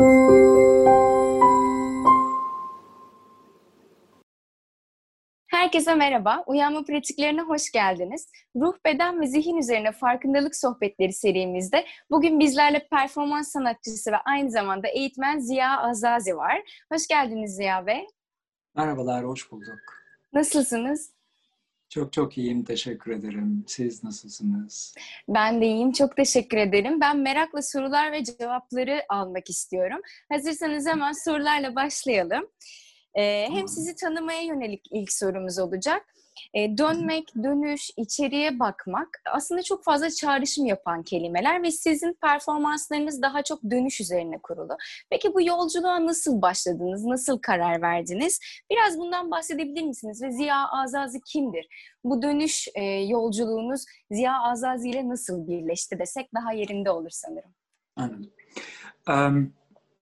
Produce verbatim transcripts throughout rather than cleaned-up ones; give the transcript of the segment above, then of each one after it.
Herkese merhaba. Uyanma pratiklerine hoş geldiniz. Ruh, beden ve zihin üzerine farkındalık sohbetleri serimizde bugün bizlerle performans sanatçısı ve aynı zamanda eğitmen Ziya Azazi var. Hoş geldiniz Ziya Bey. Merhabalar, hoş bulduk. Nasılsınız? Çok çok iyiyim, teşekkür ederim. Siz nasılsınız? Ben de iyiyim, çok teşekkür ederim. Ben merakla sorular ve cevapları almak istiyorum. Hazırsanız hemen sorularla başlayalım. Ee, hem sizi tanımaya yönelik ilk sorumuz olacak. Ee, dönmek, dönüş, içeriye bakmak aslında çok fazla çağrışım yapan kelimeler ve sizin performanslarınız daha çok dönüş üzerine kurulu. Peki bu yolculuğa nasıl başladınız, nasıl karar verdiniz? Biraz bundan bahsedebilir misiniz? Ve Ziya Azazi kimdir? Bu dönüş e, yolculuğunuz Ziya Azazi ile nasıl birleşti desek daha yerinde olur sanırım. Anladım. Um,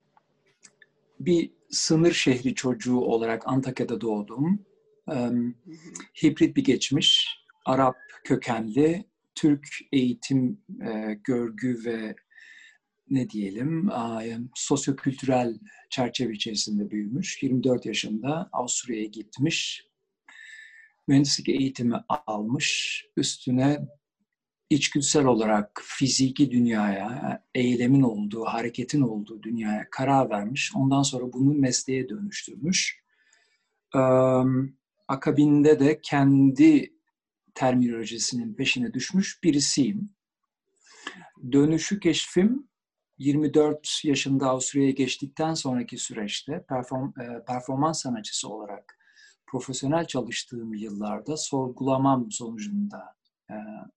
bir sınır şehri çocuğu olarak Antakya'da doğdum. Um, hibrit bir geçmiş, Arap kökenli, Türk eğitim, e, görgü ve ne diyelim, sosyokültürel çerçeve içerisinde büyümüş. yirmi dört yaşında Avusturya'ya gitmiş, mühendislik eğitimi almış, üstüne içgüdüsel olarak fiziki dünyaya, eylemin olduğu, hareketin olduğu dünyaya karar vermiş. Ondan sonra bunu mesleğe dönüştürmüş. Ee, akabinde de kendi terminolojisinin peşine düşmüş birisiyim. Dönüşü keşfim yirmi dört yaşında Avusturya'ya geçtikten sonraki süreçte perform, performans sanatçısı olarak profesyonel çalıştığım yıllarda sorgulamam sonucunda e,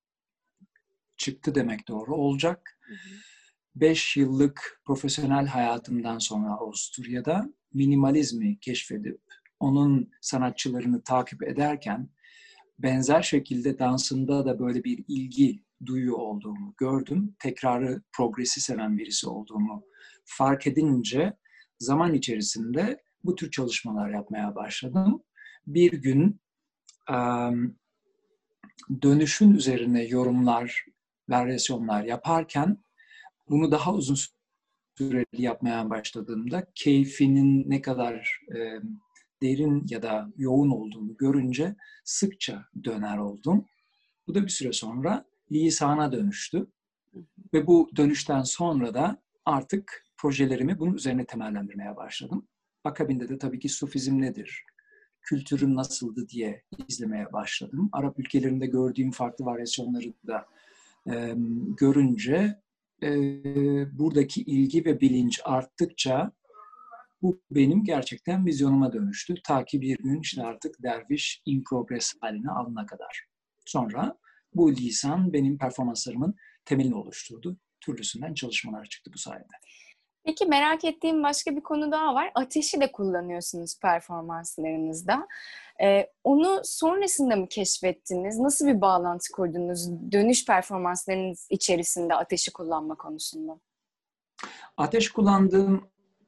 çıktı demek doğru olacak. Beş yıllık profesyonel hayatımdan sonra Avusturya'da minimalizmi keşfedip onun sanatçılarını takip ederken benzer şekilde dansında da böyle bir ilgi duyuyor olduğumu gördüm. Tekrarı, progresi seven birisi olduğumu fark edince zaman içerisinde bu tür çalışmalar yapmaya başladım. Bir gün um, dönüşün üzerine yorumlar, varyasyonlar yaparken bunu daha uzun süreli yapmaya başladığımda keyfinin ne kadar e, derin ya da yoğun olduğunu görünce sıkça döner oldum. Bu da bir süre sonra lisana dönüştü. Ve bu dönüşten sonra da artık projelerimi bunun üzerine temellendirmeye başladım. Akabinde de tabii ki Sufizm nedir, kültürüm nasıldı diye izlemeye başladım. Arap ülkelerinde gördüğüm farklı varyasyonları da e, görünce e, buradaki ilgi ve bilinç arttıkça bu benim gerçekten vizyonuma dönüştü. Ta ki bir gün işte artık derviş in progress haline alana kadar. Sonra bu lisan benim performanslarımın temelini oluşturdu. Türlüsünden çalışmalar çıktı bu sayede. Peki merak ettiğim başka bir konu daha var. Ateşi de kullanıyorsunuz performanslarınızda. Ee, onu sonrasında mı keşfettiniz? Nasıl bir bağlantı kurdunuz dönüş performanslarınız içerisinde ateşi kullanma konusunda? Ateş kullandığım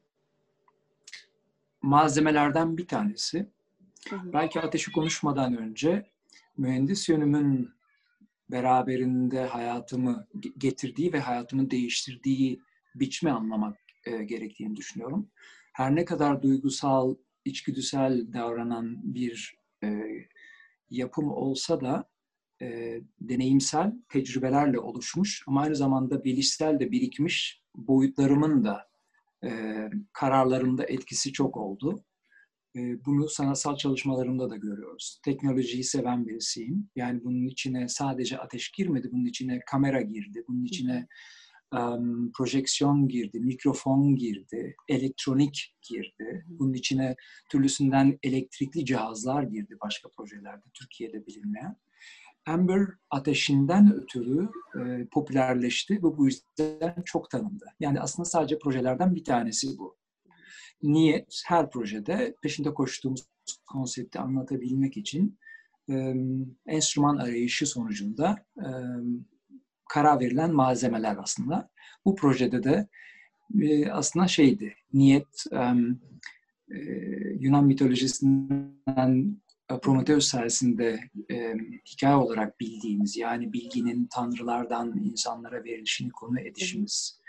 malzemelerden bir tanesi. Hı hı. Belki ateşi konuşmadan önce mühendis yönümün beraberinde hayatımı getirdiği ve hayatımı değiştirdiği biçimi anlamak e, gerektiğini düşünüyorum. Her ne kadar duygusal, içgüdüsel davranan bir e, yapım olsa da e, deneyimsel tecrübelerle oluşmuş ama aynı zamanda bilişsel de birikmiş boyutlarımın da e, kararlarımda etkisi çok oldu. E, bunu sanatsal çalışmalarımda da görüyoruz. Teknolojiyi seven birisiyim. Yani bunun içine sadece ateş girmedi, bunun içine kamera girdi, bunun içine um, projeksiyon girdi, mikrofon girdi, elektronik girdi. Bunun içine türlüsünden elektrikli cihazlar girdi başka projelerde, Türkiye'de bilinmeyen. Amber ateşinden ötürü e, popülerleşti ve bu yüzden çok tanındı. Yani aslında sadece projelerden bir tanesi bu. Niyet her projede peşinde koştuğumuz konsepti anlatabilmek için e, enstrüman arayışı sonucunda e, karar verilen malzemeler aslında. Bu projede de e, aslında şeydi, niyet e, e, Yunan mitolojisinden Prometheus sayesinde e, hikaye olarak bildiğimiz, yani bilginin tanrılardan insanlara verilişini konu edişimiz.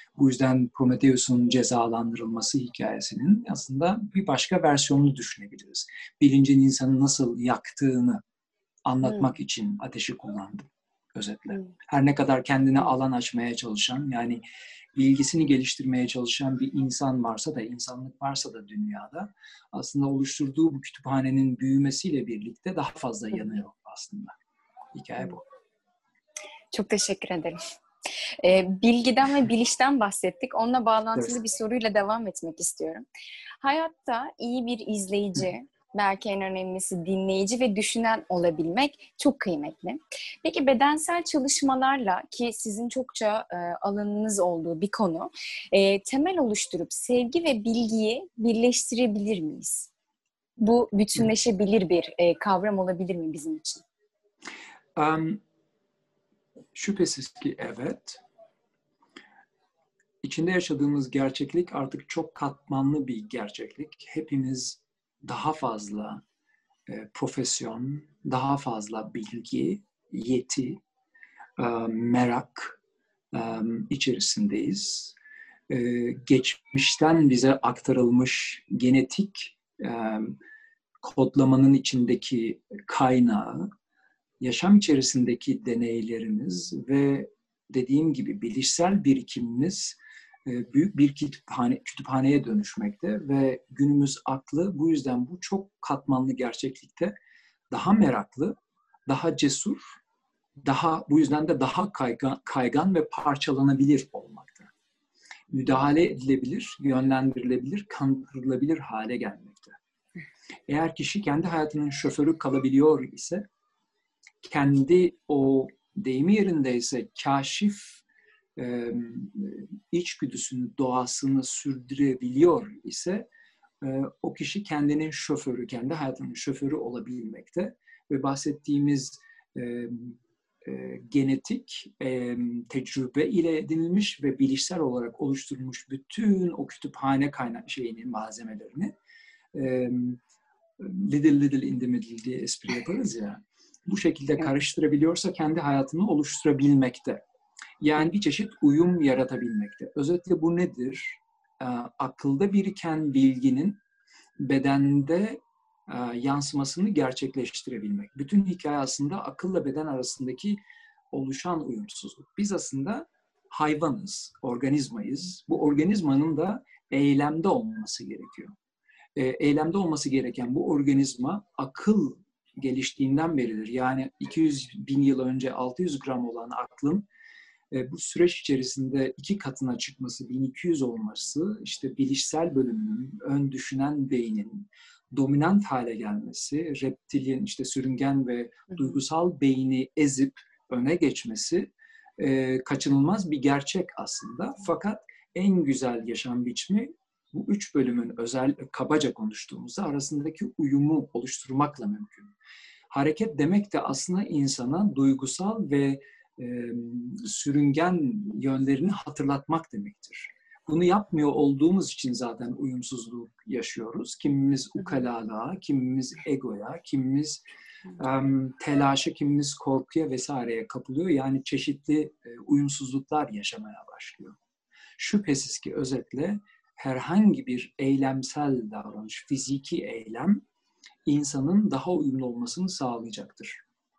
Bu yüzden Prometheus'un cezalandırılması hikayesinin aslında bir başka versiyonunu düşünebiliriz. Bilincin insanı nasıl yaktığını anlatmak hmm. için ateşi kullandım özetle. Hmm. Her ne kadar kendine hmm. alan açmaya çalışan, yani bilgisini geliştirmeye çalışan bir insan varsa da, insanlık varsa da dünyada, aslında oluşturduğu bu kütüphanenin büyümesiyle birlikte daha fazla yanıyor aslında. Hikaye bu. Çok teşekkür ederim. Ee, bilgiden ve bilişten bahsettik. Onunla bağlantılı evet. bir soruyla devam etmek istiyorum. Hayatta iyi bir izleyici, belki en önemlisi dinleyici ve düşünen olabilmek çok kıymetli. Peki bedensel çalışmalarla, ki sizin çokça e, alanınız olduğu bir konu, e, temel oluşturup sevgi ve bilgiyi birleştirebilir miyiz? Bu bütünleşebilir bir e, kavram olabilir mi bizim için? Um, şüphesiz ki evet. İçinde yaşadığımız gerçeklik artık çok katmanlı bir gerçeklik. Hepimiz daha fazla e, profesyon, daha fazla bilgi, yeti, e, merak e, içerisindeyiz. E, geçmişten bize aktarılmış genetik e, kodlamanın içindeki kaynağı, yaşam içerisindeki deneylerimiz ve dediğim gibi bilişsel birikimimiz büyük bir kütüphane, kütüphaneye dönüşmekte ve günümüz aklı bu yüzden bu çok katmanlı gerçeklikte daha meraklı, daha cesur, daha bu yüzden de daha kaygan, kaygan ve parçalanabilir olmakta. Müdahale edilebilir, yönlendirilebilir, kandırılabilir hale gelmekte. Eğer kişi kendi hayatının şoförü kalabiliyor ise, kendi o deyimi yerindeyse kaşif e, içgüdüsünü, doğasını sürdürebiliyor ise e, o kişi kendinin şoförü, kendi hayatının şoförü olabilmekte ve bahsettiğimiz e, e, genetik e, tecrübe ile edinilmiş ve bilişsel olarak oluşturulmuş bütün o kütüphane kaynak şeyini, malzemelerini e, little little in the middle diye espri yaparız ya, bu şekilde karıştırabiliyorsa kendi hayatını oluşturabilmekte. Yani bir çeşit uyum yaratabilmekte. Özetle bu nedir? E, akılda biriken bilginin bedende e, yansımasını gerçekleştirebilmek. Bütün hikaye aslında akılla beden arasındaki oluşan uyumsuzluk. Biz aslında hayvanız, organizmayız. Bu organizmanın da eylemde olması gerekiyor. E, eylemde olması gereken bu organizma akıl geliştiğinden beridir. Yani iki yüz bin yıl önce altı yüz gram olan aklın bu süreç içerisinde iki katına çıkması, bin iki yüz olması, işte bilişsel bölümünün, ön düşünen beynin dominant hale gelmesi, reptilin, işte sürüngen ve duygusal beyni ezip öne geçmesi e, kaçınılmaz bir gerçek aslında. Fakat en güzel yaşam biçimi bu üç bölümün özel, kabaca konuştuğumuzda arasındaki uyumu oluşturmakla mümkün. Hareket demek de aslında insana duygusal ve e, sürüngen yönlerini hatırlatmak demektir. Bunu yapmıyor olduğumuz için zaten uyumsuzluk yaşıyoruz. Kimimiz ukalalığa, kimimiz egoya, kimimiz um, telaşa, kimimiz korkuya vesaireye kapılıyor. Yani çeşitli e, uyumsuzluklar yaşamaya başlıyor. Şüphesiz ki özetle herhangi bir eylemsel davranış, fiziki eylem insanın daha uyumlu olmasını sağlayacaktır.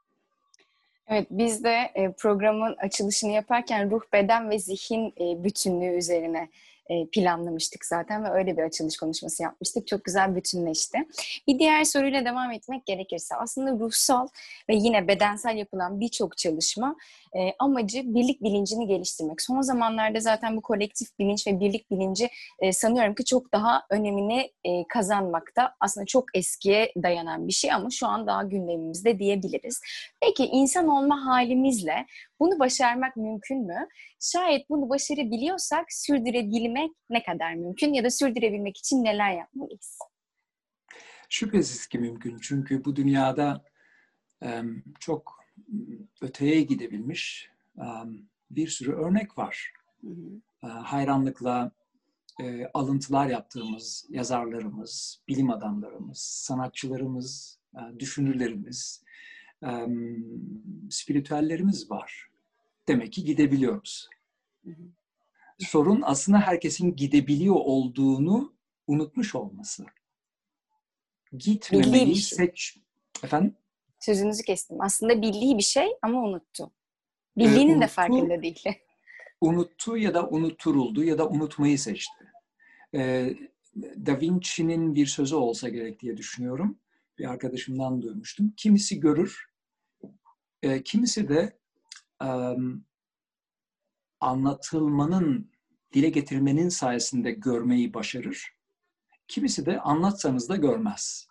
Evet, biz de programın açılışını yaparken ruh, beden ve zihin bütünlüğü üzerine planlamıştık zaten ve öyle bir açılış konuşması yapmıştık. Çok güzel bütünleşti. Bir diğer soruyla devam etmek gerekirse, aslında ruhsal ve yine bedensel yapılan birçok çalışma e, amacı birlik bilincini geliştirmek. Son zamanlarda zaten bu kolektif bilinç ve birlik bilinci e, sanıyorum ki çok daha önemini e, kazanmakta. Aslında çok eskiye dayanan bir şey ama şu an daha gündemimizde diyebiliriz. Peki insan olma halimizle bunu başarmak mümkün mü? Şayet bunu başarabiliyorsak sürdürebilmek ne kadar mümkün ya da sürdürebilmek için neler yapmalıyız? Şüphesiz ki mümkün. Çünkü bu dünyada um, çok öteye gidebilmiş um, bir sürü örnek var. Hı hı. Uh, hayranlıkla e, alıntılar yaptığımız yazarlarımız, bilim adamlarımız, sanatçılarımız, e, düşünürlerimiz, e, spiritüellerimiz var. Demek ki gidebiliyoruz. Hı hı. Sorun aslında herkesin gidebiliyor olduğunu unutmuş olması. Bildiği bir Gitmemeyi şey. seç... Efendim? Sözünüzü kestim. Aslında bildiği bir şey ama unuttu. Ee, Bildiğinin de unuttu, farkında değil. unuttu ya da unutturuldu ya da unutmayı seçti. Ee, Da Vinci'nin bir sözü olsa gerek diye düşünüyorum. Bir arkadaşımdan duymuştum. Kimisi görür, e, kimisi de um, anlatılmanın, dile getirmenin sayesinde görmeyi başarır. Kimisi de anlatsanız da görmez.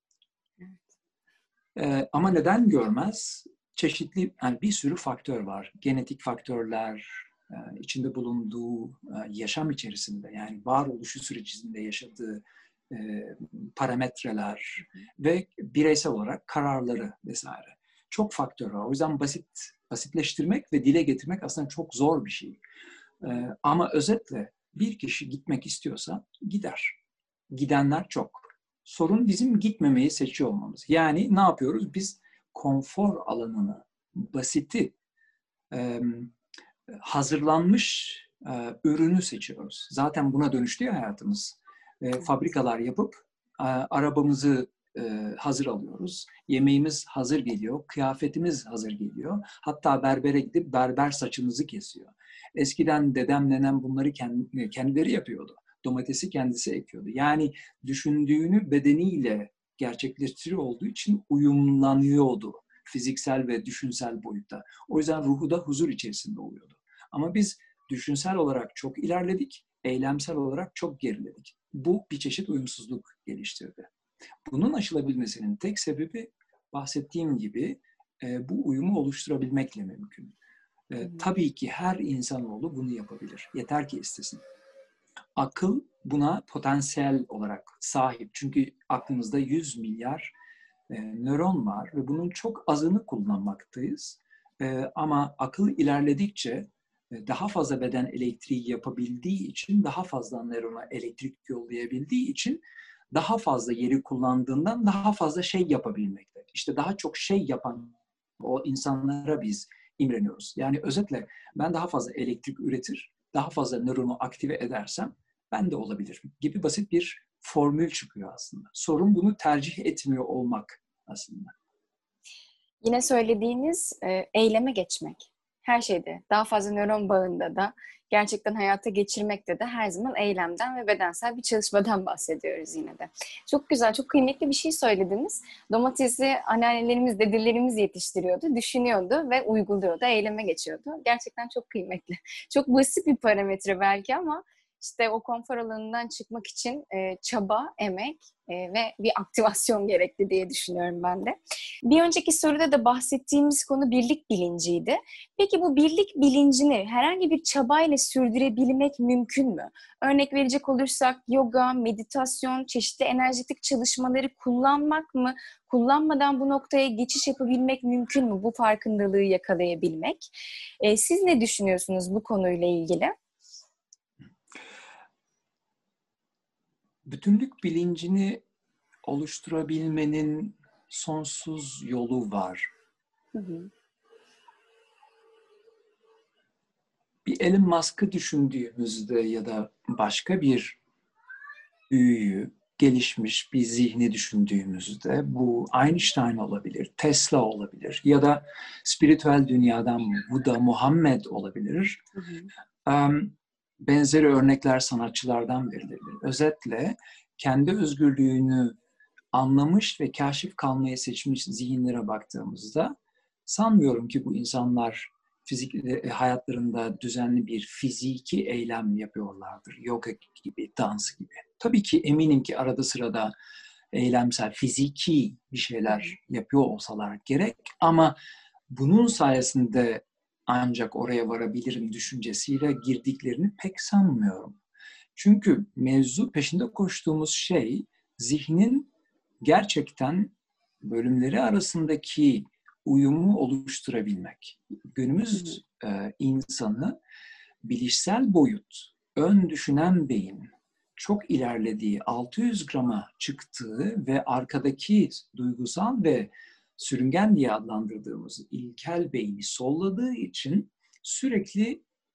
Ee, ama neden görmez? Çeşitli, yani bir sürü faktör var. Genetik faktörler, e, içinde bulunduğu e, yaşam içerisinde, yani varoluşu sürecinde yaşadığı e, parametreler ve bireysel olarak kararları vesaire. Çok faktör var. O yüzden basit basitleştirmek ve dile getirmek aslında çok zor bir şey. E, ama özetle bir kişi gitmek istiyorsa gider. Gidenler çok. Sorun bizim gitmemeyi seçiyor olmamız. Yani ne yapıyoruz? Biz konfor alanını, basiti, e, hazırlanmış e, ürünü seçiyoruz. Zaten buna dönüştü ya hayatımız. E, fabrikalar yapıp e, arabamızı e, hazır alıyoruz. Yemeğimiz hazır geliyor, kıyafetimiz hazır geliyor. Hatta berbere gidip berber saçımızı kesiyor. Eskiden dedem nenem bunları kendi, kendileri yapıyordu. Domatesi kendisi ekiyordu. Yani düşündüğünü bedeniyle gerçekleştiriyor olduğu için uyumlanıyordu fiziksel ve düşünsel boyutta. O yüzden ruhu da huzur içerisinde oluyordu. Ama biz düşünsel olarak çok ilerledik, eylemsel olarak çok geriledik. Bu bir çeşit uyumsuzluk geliştirdi. Bunun aşılabilmesinin tek sebebi bahsettiğim gibi e, bu uyumu oluşturabilmekle mümkün. E, tabii ki her insanoğlu bunu yapabilir. Yeter ki istesin. Akıl buna potansiyel olarak sahip. Çünkü aklımızda yüz milyar e, nöron var ve bunun çok azını kullanmaktayız. E, ama akıl ilerledikçe e, daha fazla beden elektriği yapabildiği için, daha fazla nörona elektrik yollayabildiği için daha fazla yeri kullandığından daha fazla şey yapabilmekte. İşte daha çok şey yapan o insanlara biz imreniyoruz. Yani özetle ben daha fazla elektrik üretir, daha fazla nöronu aktive edersem ben de olabilirim gibi basit bir formül çıkıyor aslında. Sorun bunu tercih etmiyor olmak aslında. Yine söylediğiniz e, eyleme geçmek. Her şeyde, daha fazla nöron bağında da, gerçekten hayata geçirmekte de her zaman eylemden ve bedensel bir çalışmadan bahsediyoruz yine de. Çok güzel, çok kıymetli bir şey söylediniz. Domatesi anneannelerimiz, dedelerimiz yetiştiriyordu, düşünüyordu ve uyguluyordu, eyleme geçiyordu. Gerçekten çok kıymetli. Çok basit bir parametre belki ama işte o konfor alanından çıkmak için e, çaba, emek e, ve bir aktivasyon gerekli diye düşünüyorum ben de. Bir önceki soruda da bahsettiğimiz konu birlik bilinciydi. Peki bu birlik bilincini herhangi bir çabayla sürdürebilmek mümkün mü? Örnek verecek olursak yoga, meditasyon, çeşitli enerjetik çalışmaları kullanmak mı? Kullanmadan bu noktaya geçiş yapabilmek mümkün mü? Bu farkındalığı yakalayabilmek. E, siz ne düşünüyorsunuz bu konuyla ilgili? Bütünlük bilincini oluşturabilmenin sonsuz yolu var. Hı hı. Bir Elon Musk'ı düşündüğümüzde ya da başka bir büyüğü, gelişmiş bir zihni düşündüğümüzde bu Einstein olabilir, Tesla olabilir ya da spiritüel dünyadan Buda, Muhammed olabilir. Hı hı. Um, benzeri örnekler sanatçılardan verilebilir. Özetle kendi özgürlüğünü anlamış ve kaşif kalmayı seçmiş zihinlere baktığımızda sanmıyorum ki bu insanlar fizik hayatlarında düzenli bir fiziki eylem yapıyorlardır. Yoga gibi, dans gibi. Tabii ki eminim ki arada sırada eylemsel, fiziki bir şeyler yapıyor olsalar gerek ama bunun sayesinde ancak oraya varabilirim düşüncesiyle girdiklerini pek sanmıyorum. Çünkü mevzu peşinde koştuğumuz şey zihnin gerçekten bölümleri arasındaki uyumu oluşturabilmek. Günümüz e, insanı bilişsel boyut, ön düşünen beyin çok ilerlediği, altı yüz grama çıktığı ve arkadaki duygusal ve sürüngen diye adlandırdığımız ilkel beyni solladığı için sürekli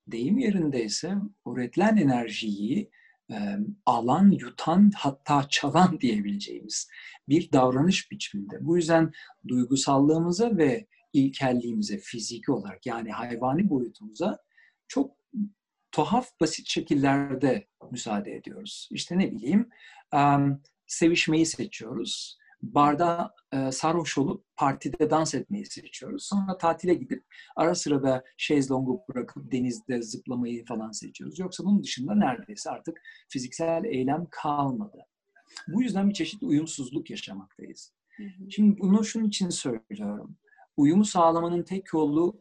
deyim yerindeyse üretilen enerjiyi e, alan, yutan, hatta çalan diyebileceğimiz bir davranış biçiminde. Bu yüzden duygusallığımıza ve ilkelliğimize, fiziki olarak yani hayvani boyutumuza çok tuhaf, basit şekillerde müsaade ediyoruz. İşte ne bileyim, um, sevişmeyi seçiyoruz. Barda e, sarhoş olup partide dans etmeyi seçiyoruz. Sonra tatile gidip ara sıra da şezlongu bırakıp denizde zıplamayı falan seçiyoruz. Yoksa bunun dışında neredeyse artık fiziksel eylem kalmadı. Bu yüzden bir çeşit uyumsuzluk yaşamaktayız. Hı hı. Şimdi bunu şunun için söylüyorum. Uyumu sağlamanın tek yolu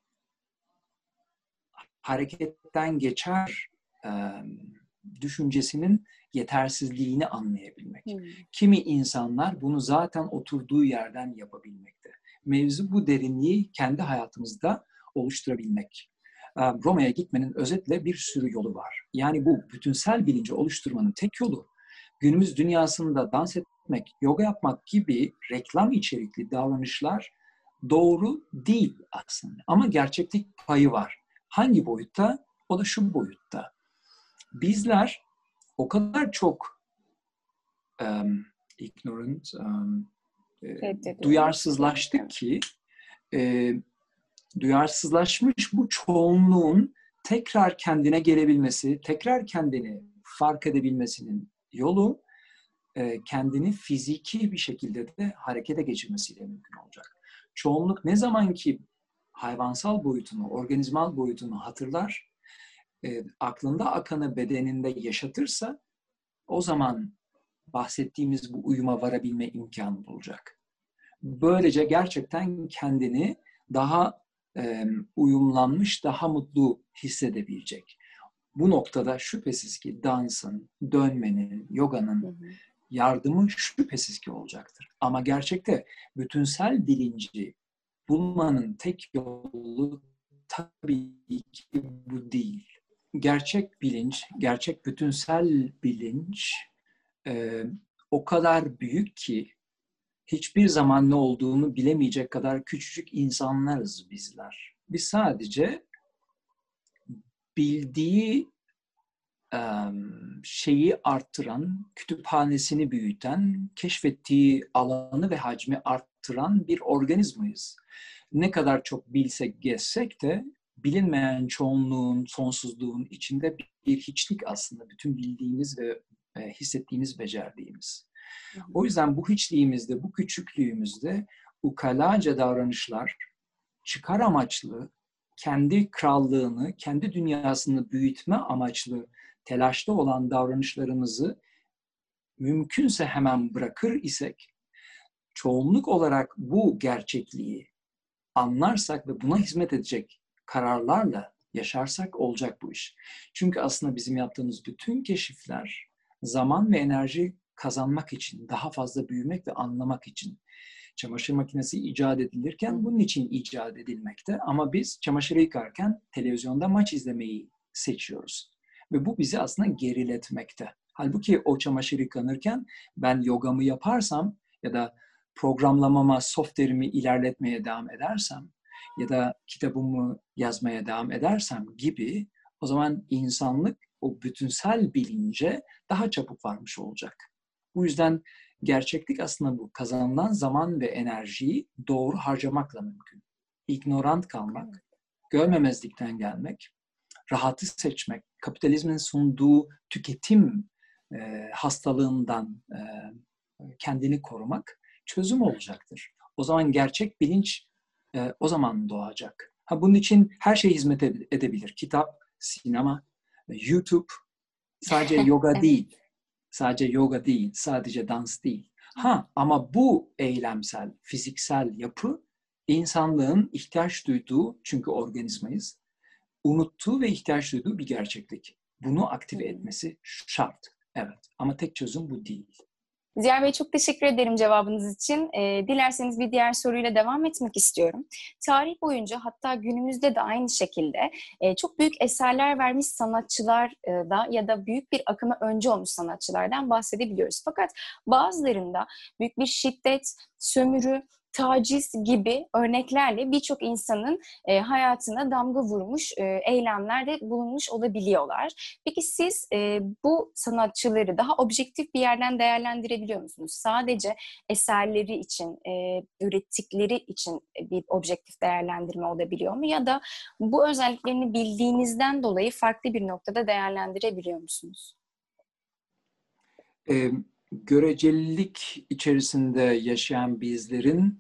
hareketten geçer e, düşüncesinin yetersizliğini anlayabilmek. Hmm. Kimi insanlar bunu zaten oturduğu yerden yapabilmekte. Mevzu bu derinliği kendi hayatımızda oluşturabilmek. E, Roma'ya gitmenin özetle bir sürü yolu var. Yani bu bütünsel bilinci oluşturmanın tek yolu günümüz dünyasında dans etmek, yoga yapmak gibi reklam içerikli davranışlar doğru değil aslında. Ama gerçeklik payı var. Hangi boyutta? O da şu boyutta. Bizler o kadar çok um, ignorant, um, e, duyarsızlaştık ki e, duyarsızlaşmış bu çoğunluğun tekrar kendine gelebilmesi, tekrar kendini fark edebilmesinin yolu e, kendini fiziki bir şekilde de harekete geçirmesiyle mümkün olacak. Çoğunluk ne zaman ki hayvansal boyutunu, organizmal boyutunu hatırlar, e, aklında akanı bedeninde yaşatırsa o zaman bahsettiğimiz bu uyuma varabilme imkanı bulacak. Böylece gerçekten kendini daha e, uyumlanmış, daha mutlu hissedebilecek. Bu noktada şüphesiz ki dansın, dönmenin, yoganın hı hı. yardımı şüphesiz ki olacaktır. Ama gerçekte bütünsel bilinci bulmanın tek yolu tabii ki bu değil. Gerçek bilinç, gerçek bütünsel bilinç e, o kadar büyük ki hiçbir zaman ne olduğunu bilemeyecek kadar küçücük insanlarız bizler. Biz sadece bildiği e, şeyi arttıran, kütüphanesini büyüten, keşfettiği alanı ve hacmi arttıran bir organizmayız. Ne kadar çok bilsek, gezsek de bilinmeyen çoğunluğun, sonsuzluğun içinde bir hiçlik aslında. Bütün bildiğimiz ve e, hissettiğimiz, becerdiğimiz. O yüzden bu hiçliğimizde, bu küçüklüğümüzde ukalaca davranışlar, çıkar amaçlı, kendi krallığını, kendi dünyasını büyütme amaçlı telaşta olan davranışlarımızı mümkünse hemen bırakır isek, çoğunluk olarak bu gerçekliği anlarsak ve buna hizmet edecek kararlarla yaşarsak olacak bu iş. Çünkü aslında bizim yaptığımız bütün keşifler zaman ve enerji kazanmak için, daha fazla büyümek ve anlamak için. Çamaşır makinesi icat edilirken bunun için icat edilmekte. Ama biz çamaşırı yıkarken televizyonda maç izlemeyi seçiyoruz. Ve bu bizi aslında geriletmekte. Halbuki o çamaşır yıkanırken ben yogamı yaparsam ya da programlamama, software'imi ilerletmeye devam edersem ya da kitabımı yazmaya devam edersem gibi o zaman insanlık o bütünsel bilince daha çabuk varmış olacak. Bu yüzden gerçeklik aslında bu. Kazanılan zaman ve enerjiyi doğru harcamakla mümkün. İgnorant kalmak, görmemezlikten gelmek, rahatı seçmek, kapitalizmin sunduğu tüketim e, hastalığından e, kendini korumak çözüm olacaktır. O zaman gerçek bilinç e, o zaman doğacak. Ha, bunun için her şey hizmet edebilir. Kitap, sinema, YouTube, sadece yoga değil. Sadece yoga değil, sadece dans değil. Ha, ama bu eylemsel, fiziksel yapı insanlığın ihtiyaç duyduğu, çünkü organizmayız, unuttuğu ve ihtiyaç duyduğu bir gerçeklik. Bunu aktive etmesi şart. Evet, ama tek çözüm bu değil. Ziya Bey, çok teşekkür ederim cevabınız için. E, dilerseniz bir diğer soruyla devam etmek istiyorum. Tarih boyunca, hatta günümüzde de aynı şekilde e, çok büyük eserler vermiş sanatçılar e, da ya da büyük bir akıma öncü olmuş sanatçılardan bahsedebiliyoruz. Fakat bazılarında büyük bir şiddet, sömürü, taciz gibi örneklerle birçok insanın e, hayatına damga vurmuş e, eylemlerde bulunmuş olabiliyorlar. Peki siz e, bu sanatçıları daha objektif bir yerden değerlendirebiliyor musunuz? Sadece eserleri için, e, ürettikleri için bir objektif değerlendirme olabiliyor mu? Ya da bu özelliklerini bildiğinizden dolayı farklı bir noktada değerlendirebiliyor musunuz? E, görecelilik içerisinde yaşayan bizlerin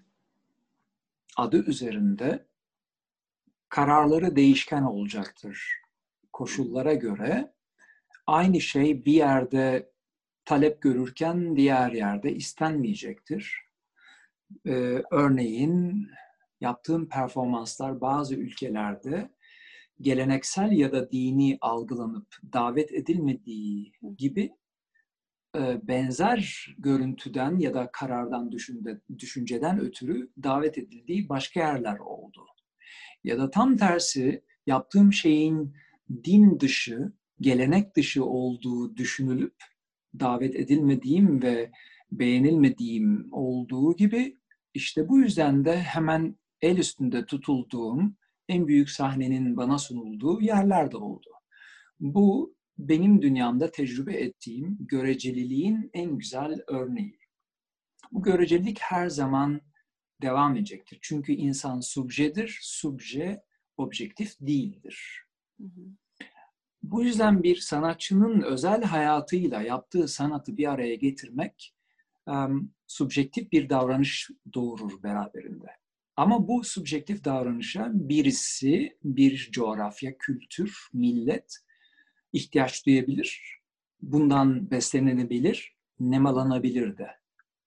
adı üzerinde kararları değişken olacaktır. Koşullara göre aynı şey bir yerde talep görürken diğer yerde istenmeyecektir. Ee, örneğin yaptığım performanslar bazı ülkelerde geleneksel ya da dini algılanıp davet edilmediği gibi e, benzer görüntüden ya da karardan, düşünde, düşünceden ötürü davet edildiği başka yerler oldu. Ya da tam tersi yaptığım şeyin din dışı, gelenek dışı olduğu düşünülüp davet edilmediğim ve beğenilmediğim olduğu gibi işte bu yüzden de hemen el üstünde tutulduğum, en büyük sahnenin bana sunulduğu yerler de oldu. Bu benim dünyamda tecrübe ettiğim göreceliliğin en güzel örneği. Bu görecelilik her zaman devam edecektir. Çünkü insan subjedir, subje objektif değildir. Hı hı. Bu yüzden bir sanatçının özel hayatıyla yaptığı sanatı bir araya getirmek um, subjektif bir davranış doğurur beraberinde. Ama bu subjektif davranışa birisi, bir coğrafya, kültür, millet ihtiyaç duyabilir. Bundan beslenebilir, nemalanabilir de.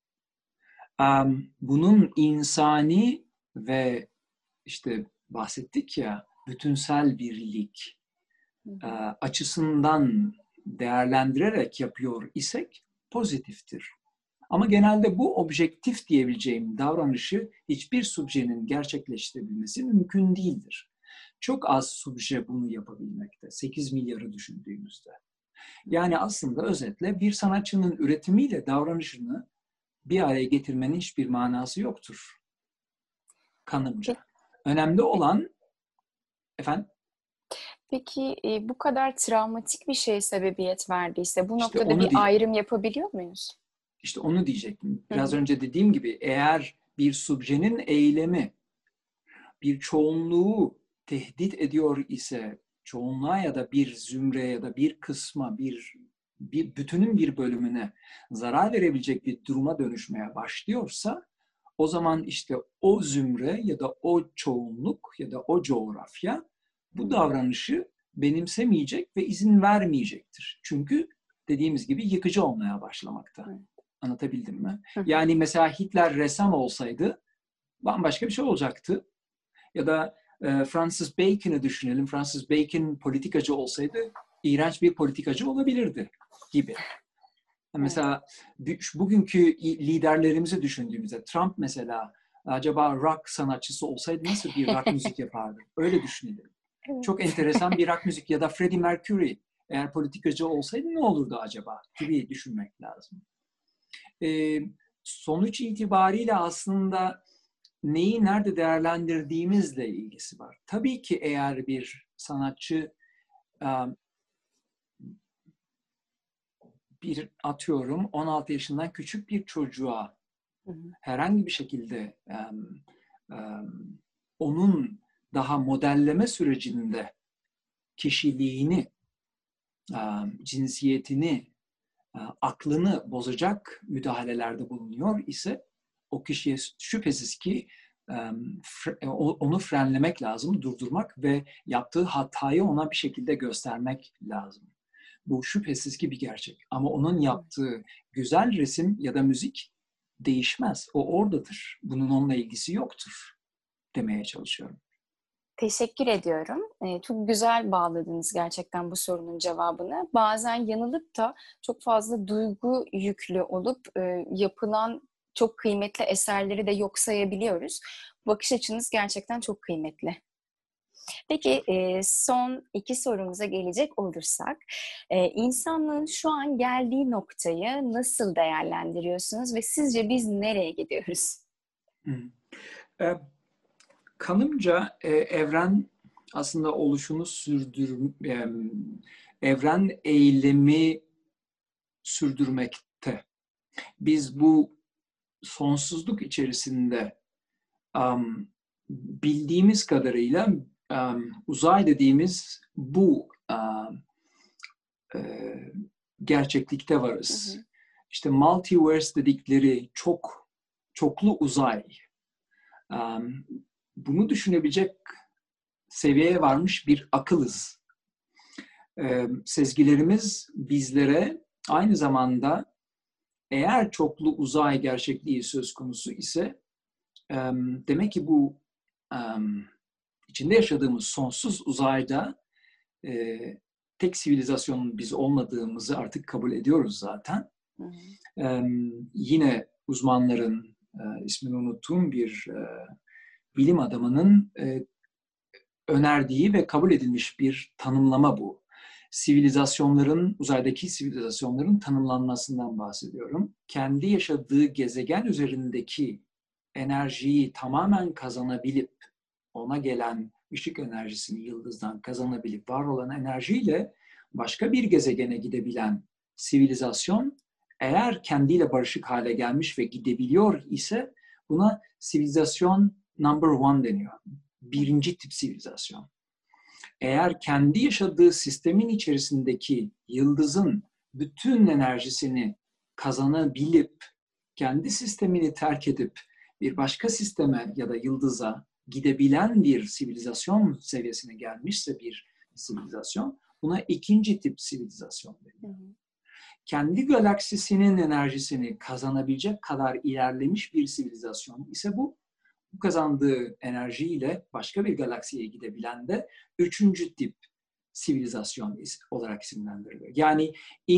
Um, bunun insani ve işte bahsettik ya bütünsel birlik e, açısından değerlendirerek yapıyor isek pozitiftir. Ama genelde bu objektif diyebileceğim davranışı hiçbir subjenin gerçekleştirebilmesi mümkün değildir. Çok az subje bunu yapabilmekte, sekiz milyarı düşündüğümüzde. Yani aslında özetle bir sanatçının üretimiyle davranışını bir araya getirmenin hiçbir manası yoktur kanımca. Önemli olan, efendim? Peki e, bu kadar travmatik bir şeye sebebiyet verdiyse bu İşte noktada bir onu ayrım yapabiliyor muyuz? İşte onu diyecektim. Biraz Hı hı. önce dediğim gibi eğer bir subjenin eylemi bir çoğunluğu tehdit ediyor ise çoğunluğa ya da bir zümre ya da bir kısma, bir, bir bütünün bir bölümüne zarar verebilecek bir duruma dönüşmeye başlıyorsa o zaman işte o zümre ya da o çoğunluk ya da o coğrafya bu davranışı benimsemeyecek ve izin vermeyecektir. Çünkü dediğimiz gibi yıkıcı olmaya başlamakta. Hı. Anlatabildim mi? Hı. Yani mesela Hitler ressam olsaydı bambaşka bir şey olacaktı. Ya da e, Francis Bacon'ı düşünelim. Francis Bacon politikacı olsaydı iğrenç bir politikacı olabilirdi gibi. Mesela bugünkü liderlerimizi düşündüğümüzde Trump mesela acaba rock sanatçısı olsaydı nasıl bir rock müzik yapardı? Öyle düşünelim. Evet. Çok enteresan bir rock müzik ya da Freddie Mercury eğer politikacı olsaydı ne olurdu acaba gibi düşünmek lazım. Ee, sonuç itibariyle aslında neyi nerede değerlendirdiğimizle ilgisi var. Tabii ki eğer bir sanatçı bir atıyorum on altı yaşından küçük bir çocuğa hı hı. herhangi bir şekilde um, um, onun daha modelleme sürecinde kişiliğini, um, cinsiyetini, uh, aklını bozacak müdahalelerde bulunuyor ise o kişiye şüphesiz ki um, fre- onu frenlemek lazım, durdurmak ve yaptığı hatayı ona bir şekilde göstermek lazım. Bu şüphesiz ki bir gerçek. Ama onun yaptığı güzel resim ya da müzik değişmez. O oradadır. Bunun onunla ilgisi yoktur demeye çalışıyorum. Teşekkür ediyorum. Ee, çok güzel bağladınız gerçekten bu sorunun cevabını. Bazen yanılıp da çok fazla duygu yüklü olup e, yapılan çok kıymetli eserleri de yok sayabiliyoruz. Bakış açınız gerçekten çok kıymetli. Peki son iki sorumuza gelecek olursak, insanlığın şu an geldiği noktayı nasıl değerlendiriyorsunuz ve sizce biz nereye gidiyoruz? E, kanımca e, evren aslında oluşunu sürdür, e, evren eylemi sürdürmekte. Biz bu sonsuzluk içerisinde um, bildiğimiz kadarıyla um, uzay dediğimiz bu um, e, gerçeklikte varız. Hı hı. İşte multiverse dedikleri çok çoklu uzay. Um, bunu düşünebilecek seviyeye varmış bir akılız. Ee, sezgilerimiz bizlere aynı zamanda eğer çoklu uzay gerçekliği söz konusu ise um, demek ki bu um, içinde yaşadığımız sonsuz uzayda e, tek sivilizasyonun biz olmadığımızı artık kabul ediyoruz zaten. Hı hı. Ee, yine uzmanların e, ismini unuttuğum bir e, bilim adamının e, önerdiği ve kabul edilmiş bir tanımlama bu. Sivilizasyonların, uzaydaki sivilizasyonların tanımlanmasından bahsediyorum. Kendi yaşadığı gezegen üzerindeki enerjiyi tamamen kazanabilip, ona gelen ışık enerjisini yıldızdan kazanabilip, var olan enerjiyle başka bir gezegene gidebilen sivilizasyon, eğer kendiyle barışık hale gelmiş ve gidebiliyor ise buna sivilizasyon number one deniyor. Birinci tip sivilizasyon. Eğer kendi yaşadığı sistemin içerisindeki yıldızın bütün enerjisini kazanabilip, kendi sistemini terk edip bir başka sisteme ya da yıldıza gidebilen bir sivilizasyon seviyesine gelmişse bir sivilizasyon, buna ikinci tip sivilizasyon deniyor. Kendi galaksisinin enerjisini kazanabilecek kadar ilerlemiş bir sivilizasyon ise bu, bu kazandığı enerjiyle başka bir galaksiye gidebilen de üçüncü tip sivilizasyon olarak isimlendiriliyor. Yani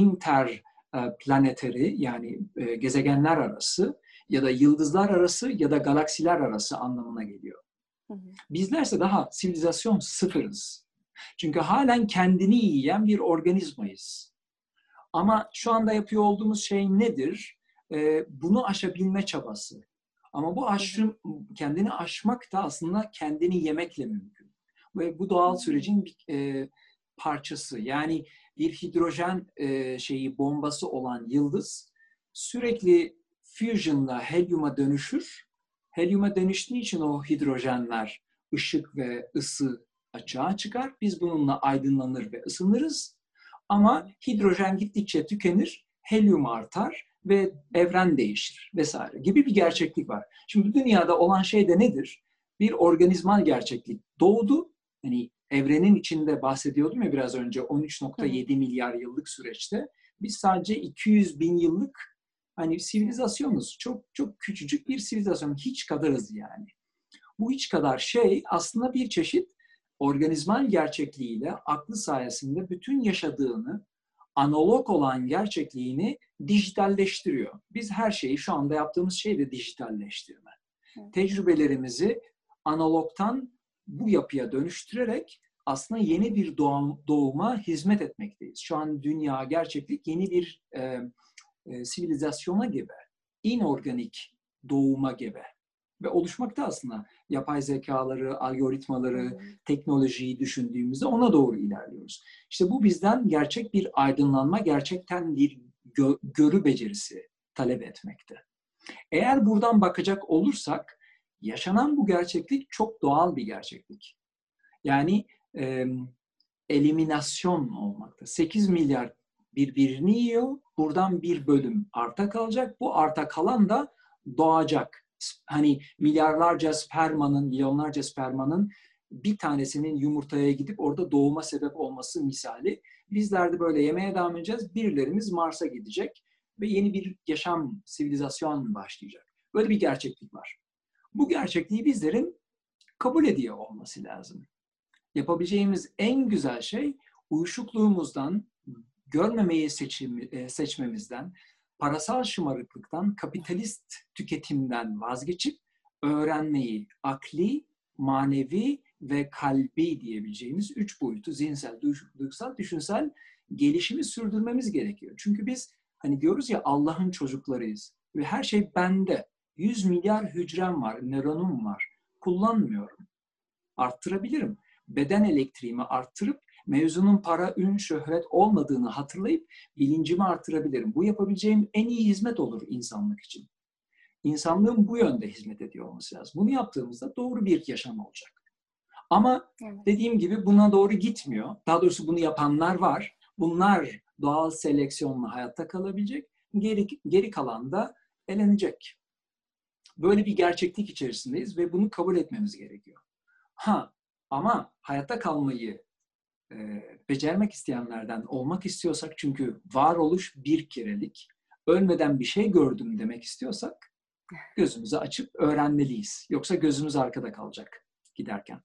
interplanetary, yani gezegenler arası ya da yıldızlar arası ya da galaksiler arası anlamına geliyor. Hı hı. Bizlerse daha sivilizasyon sıfırız. Çünkü halen kendini yiyen bir organizmayız. Ama şu anda yapıyor olduğumuz şey nedir? Ee, bunu aşabilme çabası. Ama bu aşım, kendini aşmak da aslında kendini yemekle mümkün. Ve bu doğal sürecin bir e, parçası. Yani bir hidrojen e, şeyi bombası olan yıldız sürekli fusion'la helyuma dönüşür. Helyuma dönüştüğü için o hidrojenler ışık ve ısı açığa çıkar. Biz bununla aydınlanır ve ısınırız. Ama hidrojen gittikçe tükenir, helyum artar ve evren değişir vesaire gibi bir gerçeklik var. Şimdi dünyada olan şey de nedir? Bir organizmal gerçeklik doğdu. Yani evrenin içinde bahsediyordum ya biraz önce on üç nokta yedi milyar yıllık süreçte. Biz sadece iki yüz bin yıllık hani sivilizasyonuz. Çok çok küçücük bir sivilizasyon. Hiç kadarız yani. Bu hiç kadar şey aslında bir çeşit organizmal gerçekliğiyle aklı sayesinde bütün yaşadığını, analog olan gerçekliğini dijitalleştiriyor. Biz her şeyi şu anda yaptığımız şey de dijitalleştirme. Evet. Tecrübelerimizi analogtan bu yapıya dönüştürerek aslında yeni bir doğum, doğuma hizmet etmekteyiz. Şu an dünya, gerçeklik yeni bir e, e, sivilizasyona gebe, inorganik doğuma gebe. Ve oluşmakta aslında yapay zekaları, algoritmaları, hmm. teknolojiyi düşündüğümüzde ona doğru ilerliyoruz. İşte bu bizden gerçek bir aydınlanma, gerçekten bir gö- görü becerisi talep etmekte. Eğer buradan bakacak olursak, yaşanan bu gerçeklik çok doğal bir gerçeklik. Yani e, eliminasyon olmakta. sekiz milyar birbirini yiyor, buradan bir bölüm arta kalacak, bu arta kalan da doğacak. Hani milyarlarca spermanın, milyonlarca spermanın bir tanesinin yumurtaya gidip orada doğuma sebep olması misali. Bizler de böyle yemeye devam edeceğiz. Birilerimiz Mars'a gidecek ve yeni bir yaşam, sivilizasyon başlayacak. Böyle bir gerçeklik var. Bu gerçekliği bizlerin kabul ediyor olması lazım. Yapabileceğimiz en güzel şey uyuşukluğumuzdan, görmemeyi seçim, seçmemizden, parasal şımarıklıktan, kapitalist tüketimden vazgeçip öğrenmeyi, akli, manevi ve kalbi diyebileceğimiz üç boyutu, zihinsel, duygusal, düşünsel gelişimi sürdürmemiz gerekiyor. Çünkü biz hani diyoruz ya Allah'ın çocuklarıyız ve her şey bende. yüz milyar hücrem var, nöronum var. Kullanmıyorum. Arttırabilirim. Beden elektriğimi arttırıp mevzunun para, ün, şöhret olmadığını hatırlayıp bilincimi arttırabilirim. Bu yapabileceğim en iyi hizmet olur insanlık için. İnsanlığın bu yönde hizmet ediyor olması lazım. Bunu yaptığımızda doğru bir yaşam olacak. Ama Evet. dediğim gibi buna doğru gitmiyor. Daha doğrusu bunu yapanlar var. Bunlar doğal seleksiyonla hayatta kalabilecek. Geri, geri kalan da elenecek. Böyle bir gerçeklik içerisindeyiz ve bunu kabul etmemiz gerekiyor. Ha, ama hayatta kalmayı e, becermek isteyenlerden olmak istiyorsak, çünkü varoluş bir kerelik, ölmeden bir şey gördüm demek istiyorsak gözümüzü açıp öğrenmeliyiz. Yoksa gözümüz arkada kalacak giderken.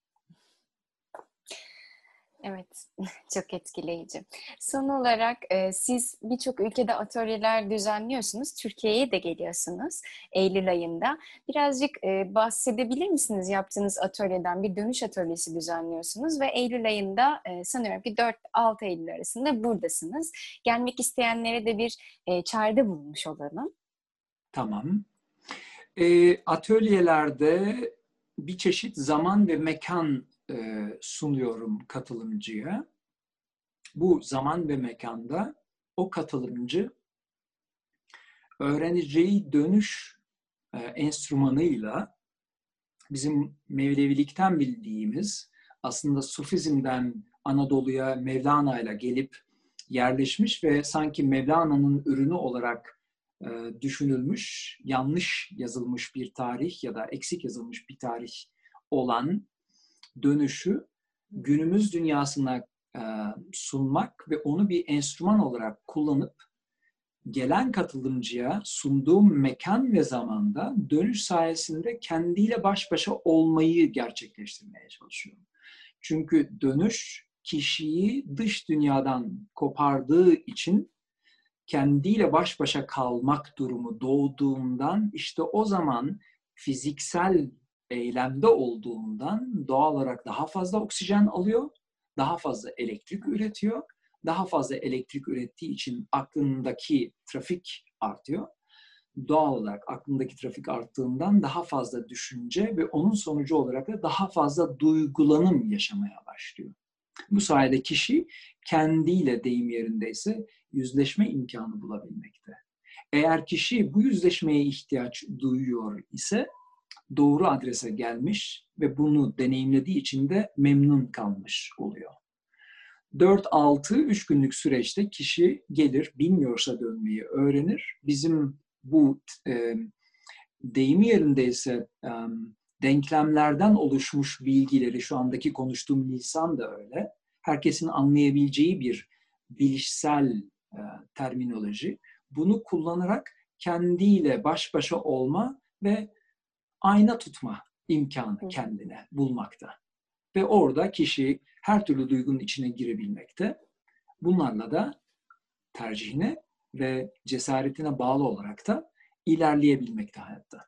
Evet, çok etkileyici. Son olarak e, siz birçok ülkede atölyeler düzenliyorsunuz. Türkiye'ye de geliyorsunuz Eylül ayında. Birazcık e, bahsedebilir misiniz yaptığınız atölyeden? Bir dönüş atölyesi düzenliyorsunuz ve Eylül ayında e, sanıyorum ki dört altı Eylül arasında buradasınız. Gelmek isteyenlere de bir e, çağrıda bulunmuş olalım. Tamam. E, atölyelerde bir çeşit zaman ve mekan e, sunuyorum katılımcıya. Bu zaman ve mekanda o katılımcı öğreneceği dönüş e, enstrümanıyla bizim Mevlevilikten bildiğimiz, aslında Sufizm'den Anadolu'ya Mevlana'yla gelip yerleşmiş ve sanki Mevlana'nın ürünü olarak e, düşünülmüş, yanlış yazılmış bir tarih ya da eksik yazılmış bir tarih olan dönüşü günümüz dünyasına e, sunmak ve onu bir enstrüman olarak kullanıp gelen katılımcıya sunduğum mekan ve zamanda dönüş sayesinde kendiyle baş başa olmayı gerçekleştirmeye çalışıyorum. Çünkü dönüş kişiyi dış dünyadan kopardığı için kendiyle baş başa kalmak durumu doğduğundan, işte o zaman fiziksel eylemde olduğundan doğal olarak daha fazla oksijen alıyor, daha fazla elektrik üretiyor. Daha fazla elektrik ürettiği için aklındaki trafik artıyor. Doğal olarak aklındaki trafik arttığından daha fazla düşünce ve onun sonucu olarak da daha fazla duygulanım yaşamaya başlıyor. Bu sayede kişi kendiyle, deyim yerindeyse, yüzleşme imkanı bulabilmekte. Eğer kişi bu yüzleşmeye ihtiyaç duyuyor ise doğru adrese gelmiş ve bunu deneyimlediği için de memnun kalmış oluyor. dört altı üç günlük süreçte kişi gelir, bilmiyorsa dönmeyi öğrenir. Bizim bu e, deyimi yerindeyse e, denklemlerden oluşmuş bilgileri, şu andaki konuştuğum lisan da öyle, herkesin anlayabileceği bir bilişsel e, terminoloji. Bunu kullanarak kendiyle baş başa olma ve ayna tutma imkanı kendine bulmakta. Ve orada kişi her türlü duygunun içine girebilmekte. Bunlarla da tercihine ve cesaretine bağlı olarak da ilerleyebilmekte hayatta.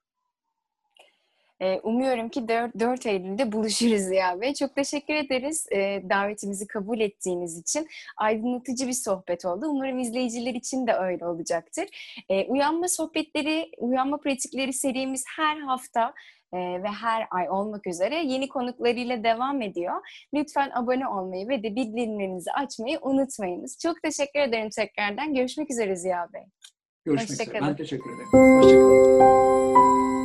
Umuyorum ki dört Eylül'de buluşuruz Ziya Bey. Çok teşekkür ederiz davetimizi kabul ettiğiniz için. Aydınlatıcı bir sohbet oldu. Umarım izleyiciler için de öyle olacaktır. Uyanma sohbetleri, uyanma pratikleri serimiz her hafta ve her ay olmak üzere yeni konuklarıyla devam ediyor. Lütfen abone olmayı ve de bildirimlerinizi açmayı unutmayınız. Çok teşekkür ederim tekrardan. Görüşmek üzere Ziya Bey. Görüşmek üzere. Ben teşekkür ederim. Hoşçakalın.